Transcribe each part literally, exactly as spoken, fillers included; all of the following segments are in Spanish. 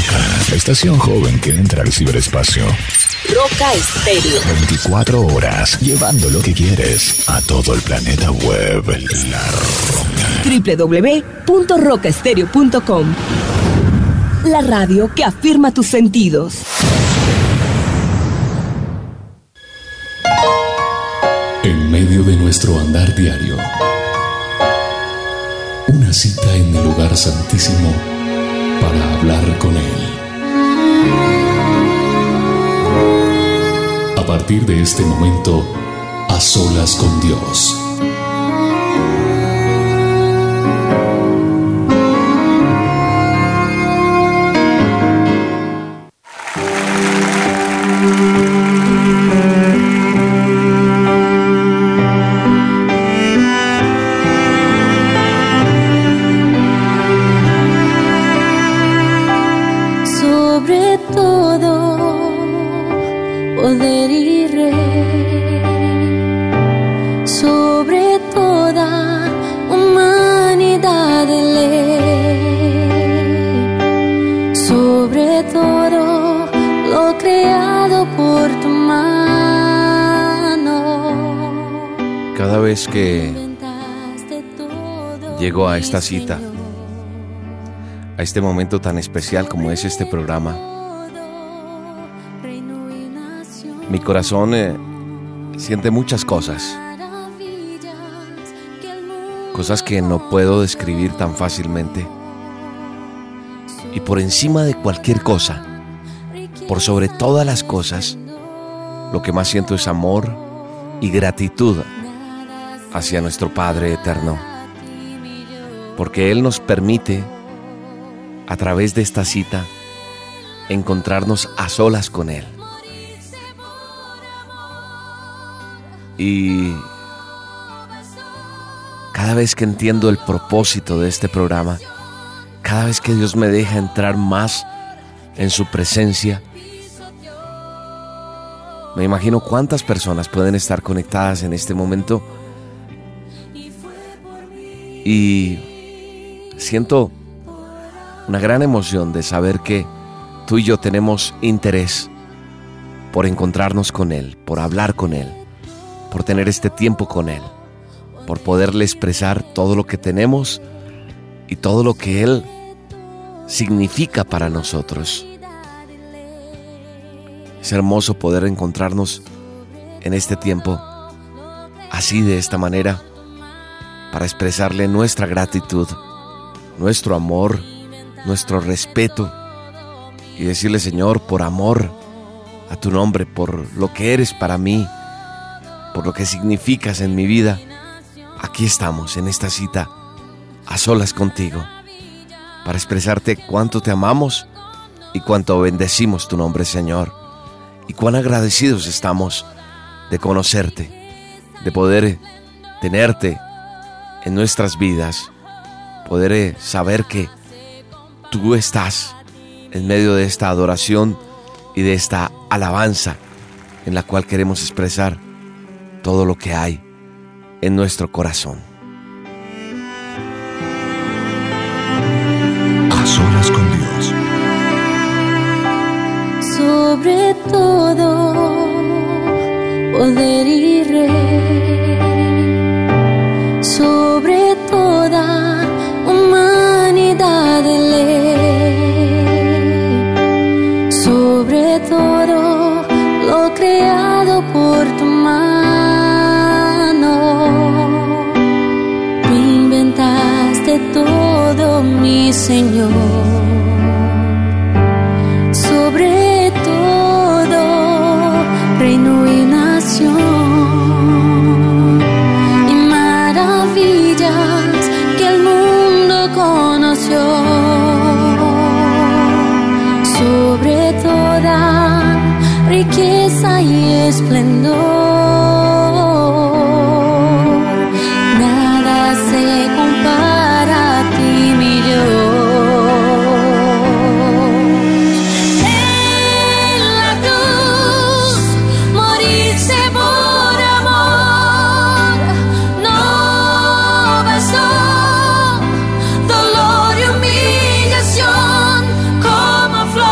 Roca, la estación joven que entra al ciberespacio. Roca Estéreo. veinticuatro horas, llevando lo que quieres a todo el planeta web. La Roca. doble u doble u doble u punto roca estéreo punto com. La radio que afirma tus sentidos. En medio de nuestro andar diario, una cita en el lugar santísimo para hablar con Él. A partir de este momento, a solas con Dios. Que llego a esta cita, a este momento tan especial como es este programa, mi corazón eh, siente muchas cosas, cosas que no puedo describir tan fácilmente. Y por encima de cualquier cosa, por sobre todas las cosas, lo que más siento es amor y gratitud hacia nuestro Padre eterno, porque Él nos permite, a través de esta cita, encontrarnos a solas con Él. Y cada vez que entiendo el propósito de este programa, cada vez que Dios me deja entrar más en su presencia, me imagino cuántas personas pueden estar conectadas en este momento. Y siento una gran emoción de saber que tú y yo tenemos interés por encontrarnos con Él, por hablar con Él, por tener este tiempo con Él, por poderle expresar todo lo que tenemos y todo lo que Él significa para nosotros. Es hermoso poder encontrarnos en este tiempo, así, de esta manera, para expresarle nuestra gratitud, nuestro amor, nuestro respeto, y decirle: Señor, por amor a tu nombre, por lo que eres para mí, por lo que significas en mi vida, aquí estamos en esta cita a solas contigo, para expresarte cuánto te amamos y cuánto bendecimos tu nombre, Señor, y cuán agradecidos estamos de conocerte, de poder tenerte en nuestras vidas, poder saber que tú estás en medio de esta adoración y de esta alabanza en la cual queremos expresar todo lo que hay en nuestro corazón. A solas con Dios. Sobre todo poder y rey, sobre toda humanidad de ley, sobre todo lo creado por tu mano. Tú inventaste todo, mi Señor. Sobre todo reino y nación, sobre toda riqueza y esplendor, nada se compara a ti, mi Dios. En la cruz moriste por amor, no bastó dolor y humillación, como flor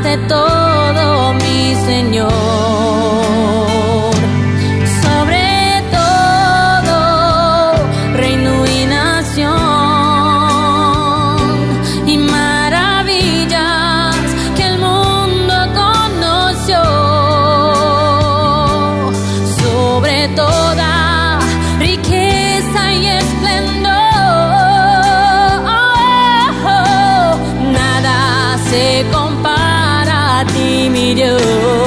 de todo, mi Señor. Sobre todo, reino y nación, y maravillas que el mundo conoció. Sobre toda riqueza y esplendor, nada se compara a ti, mi Dios.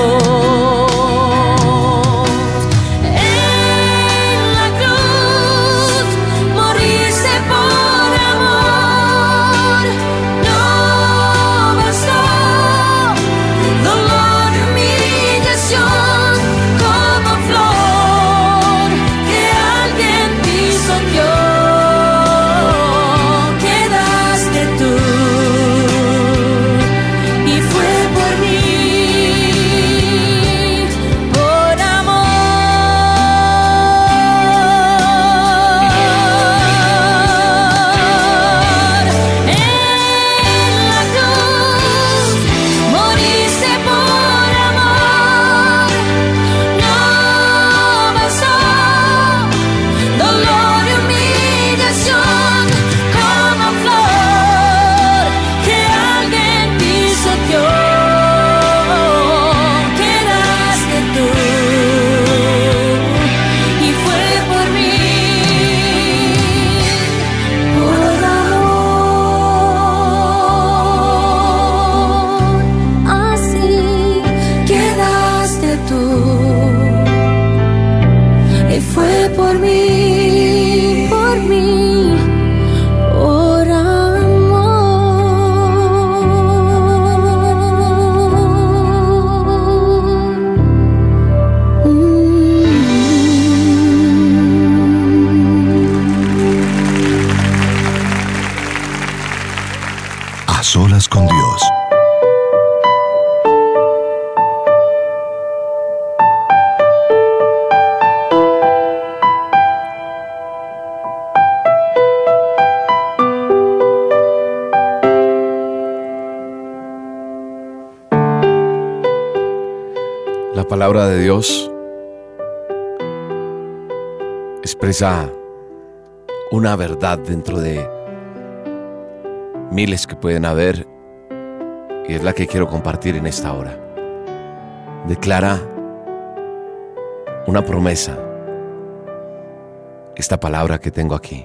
En la cruz moriste por amor, no bastó dolor y humillación, como flor que alguien pisoteó, quedaste tú, y fue por mí, por amor. En la cruz moriste por amor, no bastó dolor y humillación, como flor que alguien pisoteó, quedaste tú, y fue por mí, por amor. Así quedaste tú, y fue por mí, por mí, por amor. Mm. A solas con Dios. La palabra de Dios expresa una verdad dentro de miles que pueden haber, y es la que quiero compartir en esta hora. Declara una promesa, esta palabra que tengo aquí.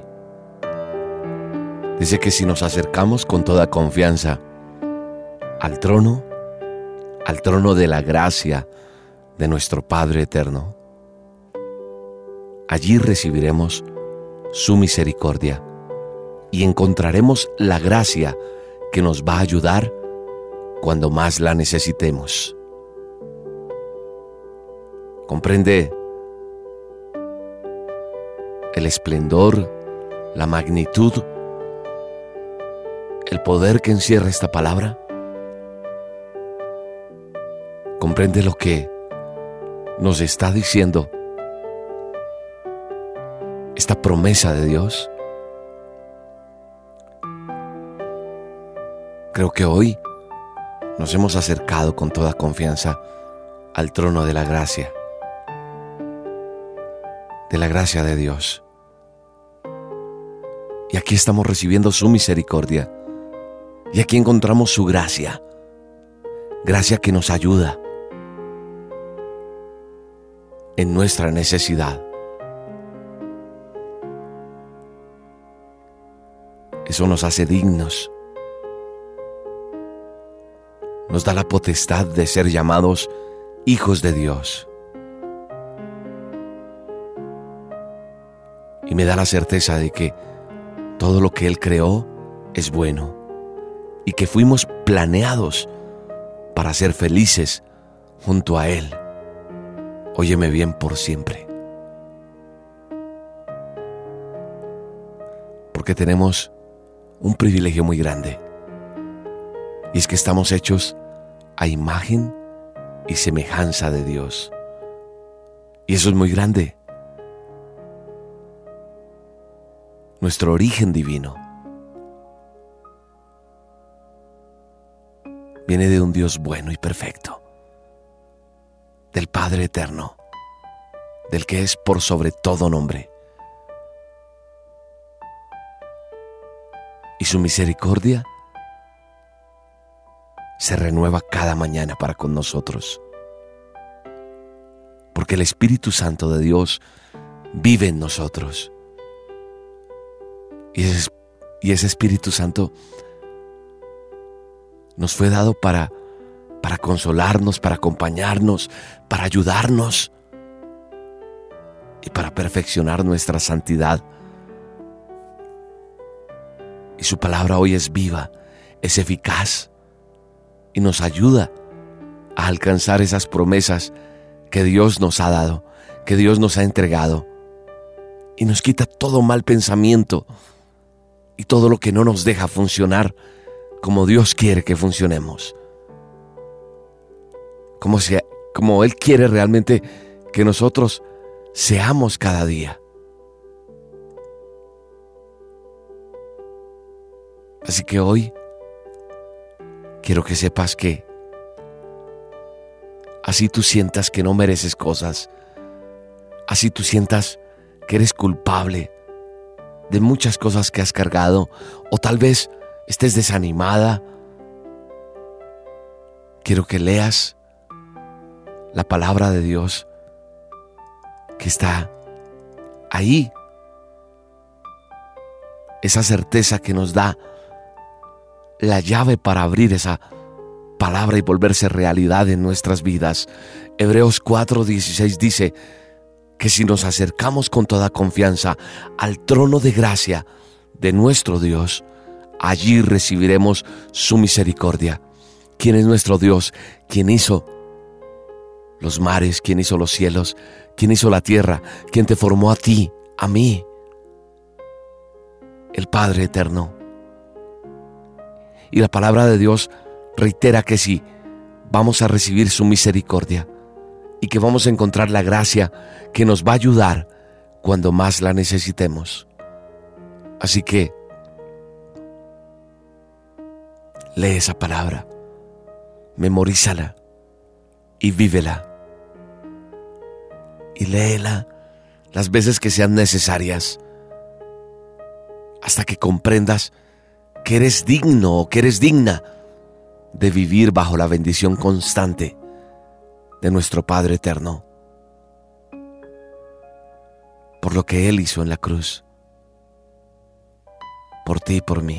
Dice que si nos acercamos con toda confianza al trono, al trono de la gracia de nuestro Padre eterno, allí recibiremos su misericordia y encontraremos la gracia que nos va a ayudar cuando más la necesitemos. ¿Comprende el esplendor, la magnitud, el poder que encierra esta palabra? ¿Comprende lo que nos está diciendo esta promesa de Dios? Creo que hoy nos hemos acercado con toda confianza al trono de la gracia, de la gracia de Dios. Y aquí estamos recibiendo su misericordia, y aquí encontramos su gracia, gracia que nos ayuda en nuestra necesidad. Eso nos hace dignos, nos da la potestad de ser llamados hijos de Dios. Y me da la certeza de que todo lo que Él creó es bueno y que fuimos planeados para ser felices junto a Él. Óyeme bien, por siempre. Porque tenemos un privilegio muy grande, y es que estamos hechos a imagen y semejanza de Dios. Y eso es muy grande. Nuestro origen divino. viene de un Dios bueno y perfecto, del Padre eterno, del que es por sobre todo nombre. Y su misericordia se renueva cada mañana para con nosotros. Porque el Espíritu Santo de Dios vive en nosotros. Y ese, y ese Espíritu Santo nos fue dado para, para consolarnos, para acompañarnos, para ayudarnos y para perfeccionar nuestra santidad. Y su palabra hoy es viva, es eficaz y nos ayuda a alcanzar esas promesas que Dios nos ha dado, que Dios nos ha entregado, y nos quita todo mal pensamiento y todo lo que no nos deja funcionar como Dios quiere que funcionemos, como, si, como Él quiere realmente que nosotros seamos cada día. Así que hoy quiero que sepas que así tú sientas que no mereces cosas, así tú sientas que eres culpable de muchas cosas que has cargado, o tal vez estés desanimada, quiero que leas la palabra de Dios que está ahí, esa certeza que nos da la llave para abrir esa palabra y volverse realidad en nuestras vidas. Hebreos cuatro dieciséis dice que si nos acercamos con toda confianza al trono de gracia de nuestro Dios, allí recibiremos su misericordia. ¿Quién es nuestro Dios? ¿Quién hizo los mares? ¿Quién hizo los cielos? ¿Quién hizo la tierra? ¿Quién te formó a ti, a mí? El Padre eterno. Y la palabra de Dios reitera que sí, vamos a recibir su misericordia y que vamos a encontrar la gracia que nos va a ayudar cuando más la necesitemos. Así que lee esa palabra, memorízala y vívela. Y léela las veces que sean necesarias hasta que comprendas que eres digno o que eres digna de vivir bajo la bendición constante de nuestro Padre eterno, por lo que Él hizo en la cruz, por ti y por mí.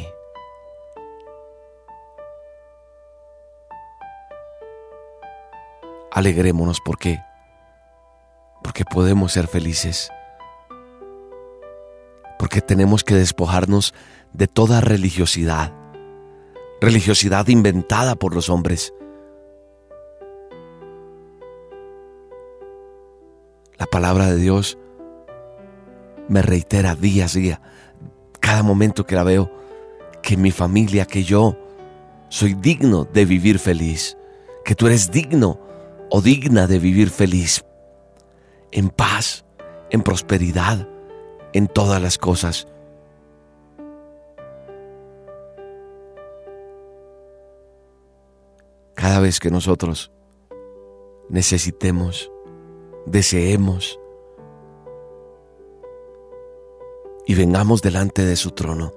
Alegrémonos porque, porque podemos ser felices, porque tenemos que despojarnos de toda religiosidad, religiosidad inventada por los hombres. La palabra de Dios me reitera día a día, cada momento que la veo, que mi familia, que yo soy digno de vivir feliz, que tú eres digno o digna de vivir feliz, en paz, en prosperidad, en todas las cosas. Cada vez que nosotros necesitemos, deseemos y vengamos delante de su trono,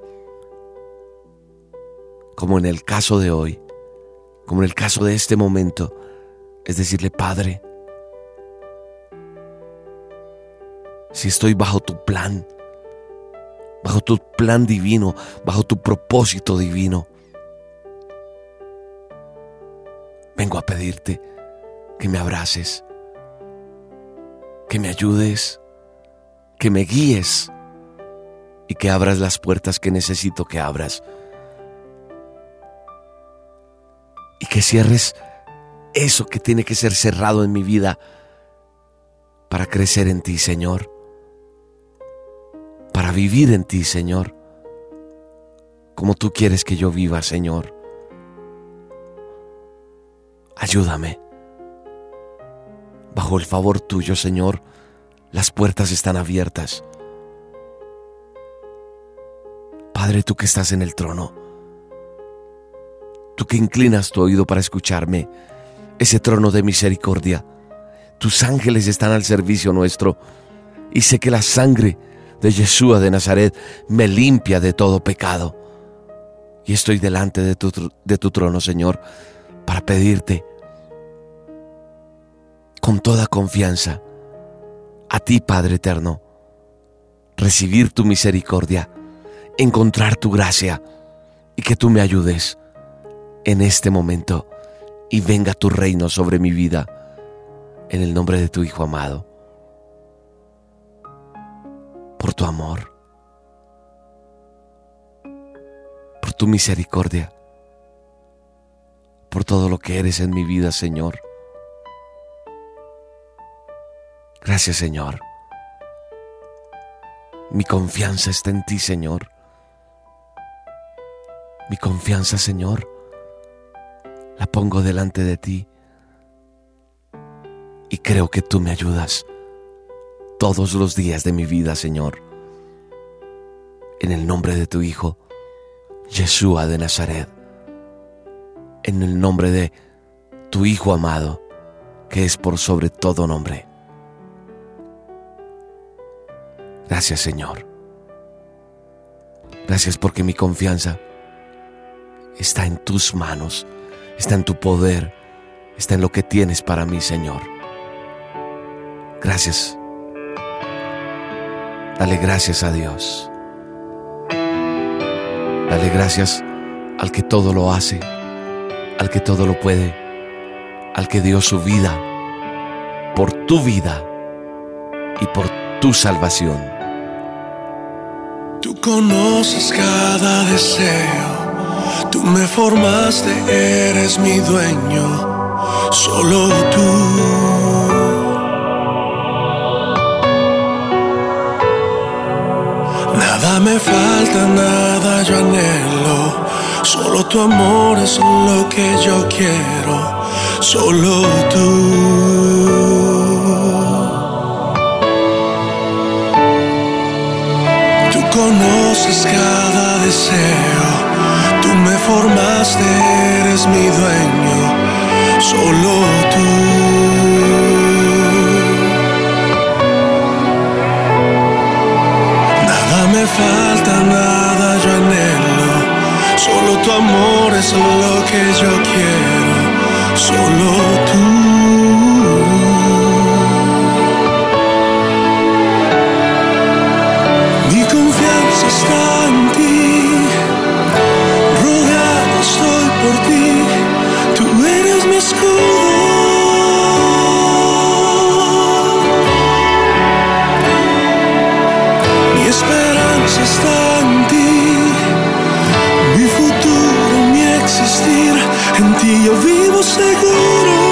como en el caso de hoy, como en el caso de este momento, es decirle: Padre, si estoy bajo tu plan, bajo tu plan divino, bajo tu propósito divino, vengo a pedirte que me abraces, que me ayudes, que me guíes y que abras las puertas que necesito que abras, y que cierres eso que tiene que ser cerrado en mi vida para crecer en ti, Señor, para vivir en ti, Señor, como tú quieres que yo viva, Señor. Ayúdame. Bajo el favor tuyo, Señor, las puertas están abiertas. Padre, tú que estás en el trono, tú que inclinas tu oído para escucharme, ese trono de misericordia. Tus ángeles están al servicio nuestro y sé que la sangre de Yeshua de Nazaret me limpia de todo pecado. Y estoy delante de tu, de tu trono, Señor, para pedirte con toda confianza a ti, Padre eterno, recibir tu misericordia, encontrar tu gracia y que tú me ayudes en este momento y venga tu reino sobre mi vida en el nombre de tu Hijo amado. Por tu amor, por tu misericordia, por todo lo que eres en mi vida, Señor. Gracias, Señor. Mi confianza está en ti, Señor. Mi confianza, Señor, la pongo delante de ti y creo que tú me ayudas todos los días de mi vida, Señor. En el nombre de tu Hijo, Yeshua de Nazaret. En el nombre de tu Hijo amado, que es por sobre todo nombre. Gracias, Señor. Gracias porque mi confianza está en tus manos, está en tu poder, está en lo que tienes para mí, Señor. Gracias. Dale gracias a Dios. Dale gracias al que todo lo hace, al que todo lo puede, al que dio su vida por tu vida y por tu salvación. Tú conoces cada deseo, tú me formaste, eres mi dueño, solo tú. Nada me falta, nada yo anhelo, solo tu amor es lo que yo quiero, solo tú. Conoces cada deseo, tú me formaste, eres mi dueño, solo tú. Nada me falta, nada yo anhelo, solo tu amor es lo que yo quiero, solo tú. Está en ti, rodeado estoy por ti, tú eres mi escudo. Mi esperanza está en ti, mi futuro, mi existir, en ti yo vivo seguro.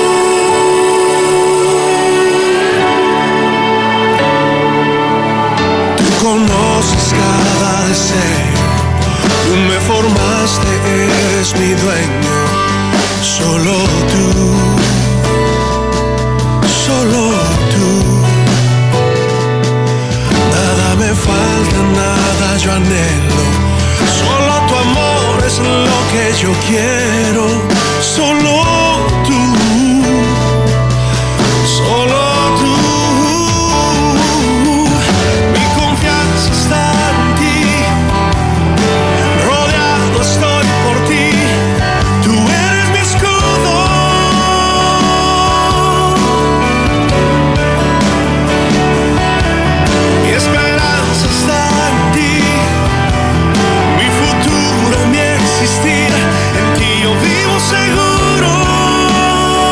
Conoces cada deseo, tú me formaste, eres mi dueño, solo tú, solo tú. Nada me falta, nada yo anhelo, solo tu amor es lo que yo quiero, solo tú, solo tú. Seguro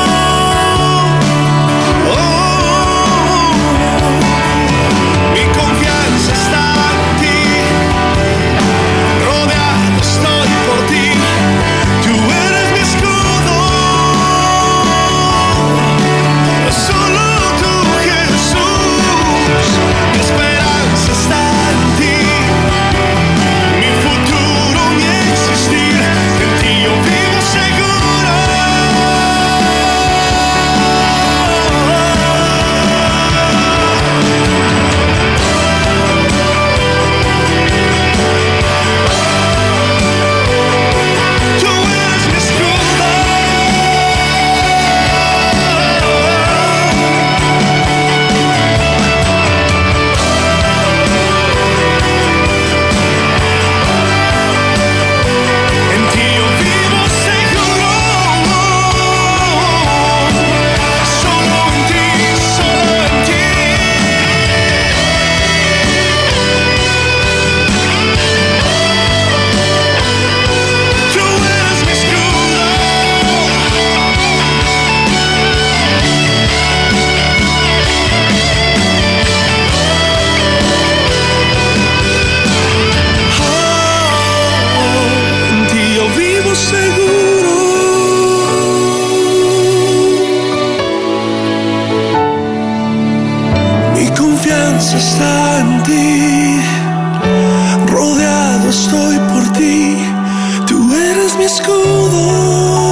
esperanza está en ti, rodeado estoy por ti, tú eres mi escudo.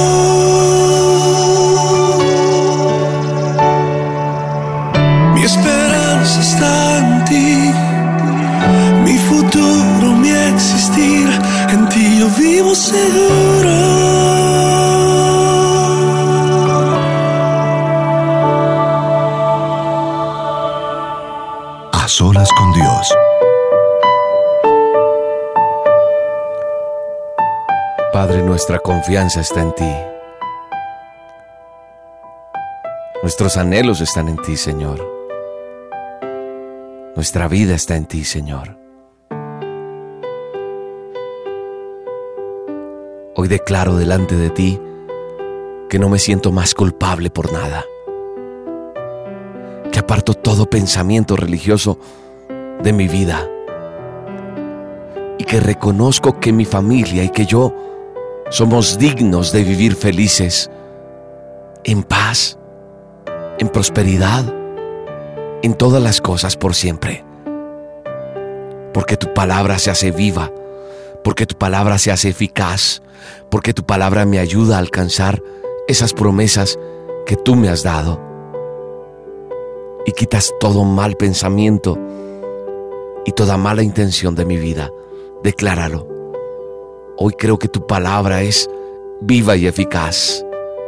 Mi esperanza está en ti, mi futuro, mi existir, en ti yo vivo seguro. A solas con Dios. Padre, nuestra confianza está en ti. Nuestros anhelos están en ti, Señor. Nuestra vida está en ti, Señor. Hoy declaro delante de ti que no me siento más culpable por nada, que aparto todo pensamiento religioso de mi vida y que reconozco que mi familia y que yo somos dignos de vivir felices, en paz, en prosperidad, en todas las cosas por siempre. Porque tu palabra se hace viva, porque tu palabra se hace eficaz, porque tu palabra me ayuda a alcanzar esas promesas que tú me has dado. Y quitas todo mal pensamiento y toda mala intención de mi vida. Decláralo. Hoy creo que tu palabra es viva y eficaz.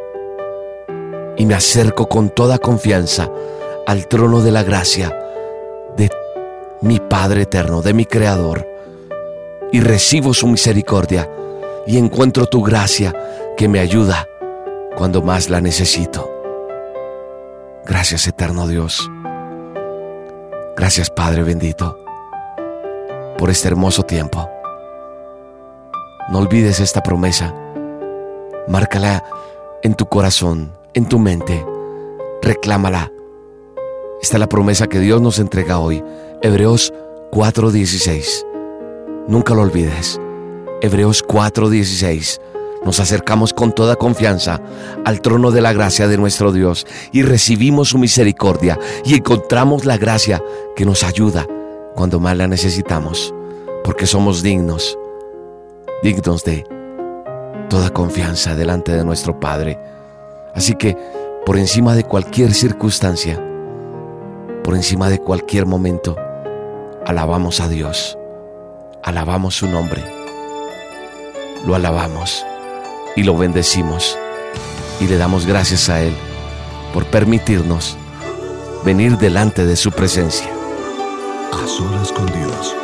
Y me acerco con toda confianza al trono de la gracia de mi Padre eterno, de mi Creador, y recibo su misericordia y encuentro tu gracia que me ayuda cuando más la necesito. Gracias, eterno Dios. Gracias, Padre bendito, por este hermoso tiempo. No olvides esta promesa. Márcala en tu corazón, en tu mente. Reclámala. Esta es la promesa que Dios nos entrega hoy. Hebreos cuatro dieciséis. Nunca lo olvides. Hebreos cuatro dieciséis. Nos acercamos con toda confianza al trono de la gracia de nuestro Dios y recibimos su misericordia y encontramos la gracia que nos ayuda cuando más la necesitamos, porque somos dignos, dignos de toda confianza delante de nuestro Padre. Así que por encima de cualquier circunstancia, por encima de cualquier momento, alabamos a Dios, alabamos su nombre, lo alabamos y lo bendecimos y le damos gracias a Él por permitirnos venir delante de su presencia. A solas con Dios.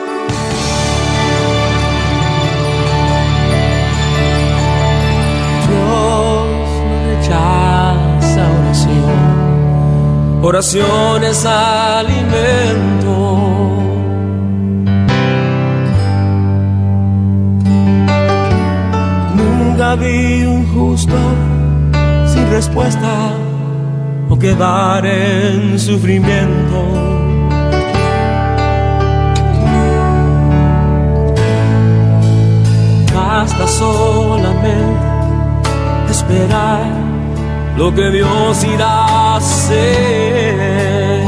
Dios no rechaza oración, oración es alimento. Nunca vi un justo sin respuesta o quedar en sufrimiento. Basta solamente esperar lo que Dios irá a hacer.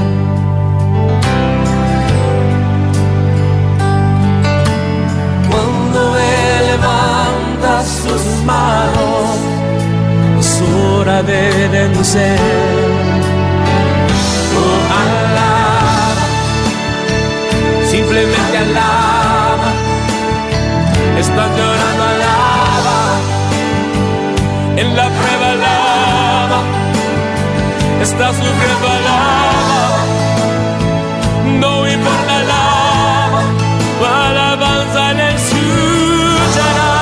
Cuando Él levanta sus manos, es hora de vencer. Oh, alaba, simplemente alaba. Estás llorando, alaba. En la prueba, alaba. Estás sufriendo, alaba. No importa, alaba. Tu alabanza le escuchará.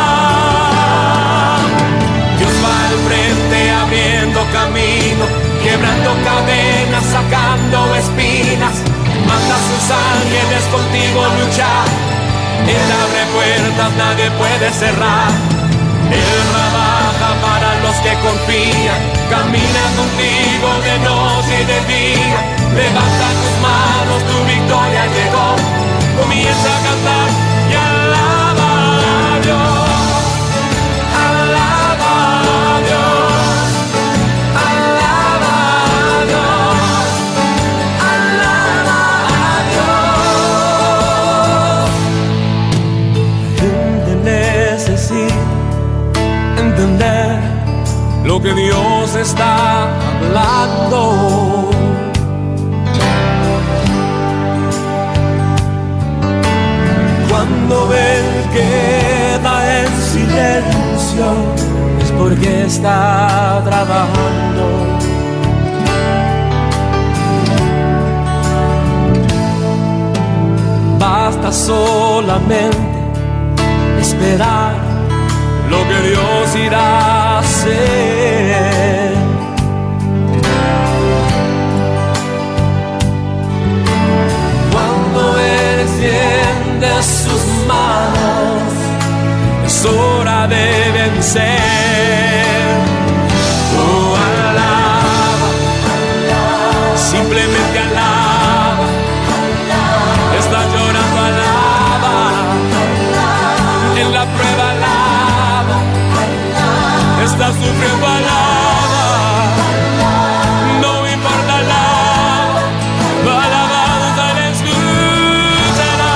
Dios va al frente abriendo camino, quebrando cadenas, sacando espinas. Manda a sus ángeles contigo luchar. Él abre puertas, nadie puede cerrar. Él trabaja para los que confían. Camina contigo de noche y de día. Levanta tus manos, tu victoria llegó. Comienza a cantar y alaba a Dios. Alaba a Dios. Alaba a Dios. Alaba entender lo que Dios está hablando. Cuando Él queda en silencio es porque está trabajando. Basta solamente esperar lo que Dios irá a hacer. Cuando Él extiende sus manos, es hora de vencer. Oh, alaba, simplemente alaba. Estás llorando, alaba. En la prueba, alaba. Estás sufriendo, alaba. No importa, alaba. Alabanza le escuchará.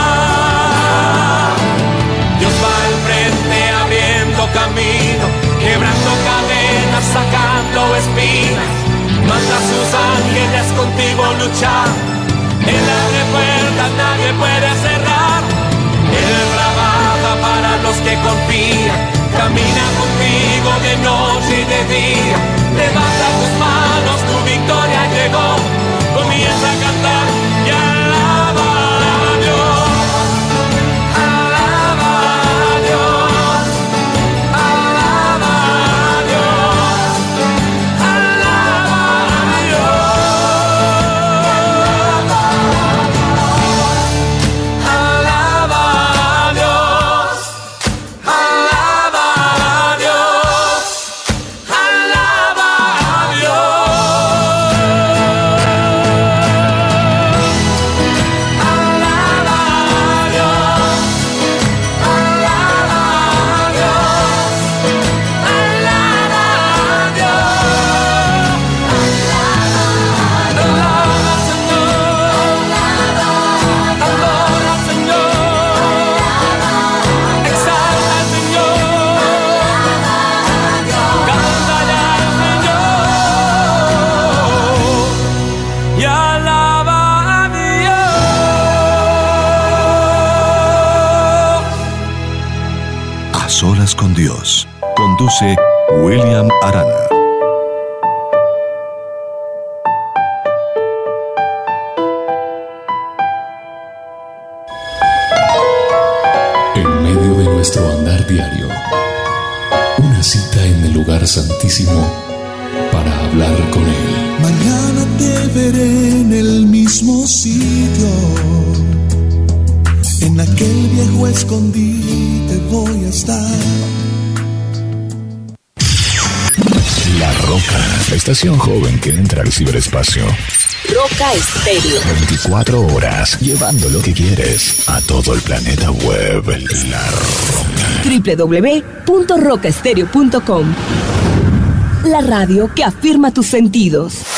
Dios va al frente abriendo camino, quebrando cadenas, sacando espinas. Manda a sus ángeles contigo luchar. Él abre puertas, nadie puede cerrar. Él trabaja para los que confían. Camina contigo de noche y de día. Levanta tus manos, tu victoria llegó. Comienza a cantar y alaba a Dios. Alaba a Dios. Alaba a Dios. Alaba a Dios. Alaba a Dios. Alaba a Dios. Alaba a Solas con Dios. Conduce William Arana. En medio de nuestro andar diario, una cita en el lugar santísimo para hablar con Él. Mañana te veré en el mismo sitio, en aquel viejo escondite voy a estar. La Roca, la estación joven que entra al ciberespacio. Roca Estéreo. veinticuatro horas, llevando lo que quieres a todo el planeta web. La Roca. doble u doble u doble u punto roca estéreo punto com. La radio que afirma tus sentidos.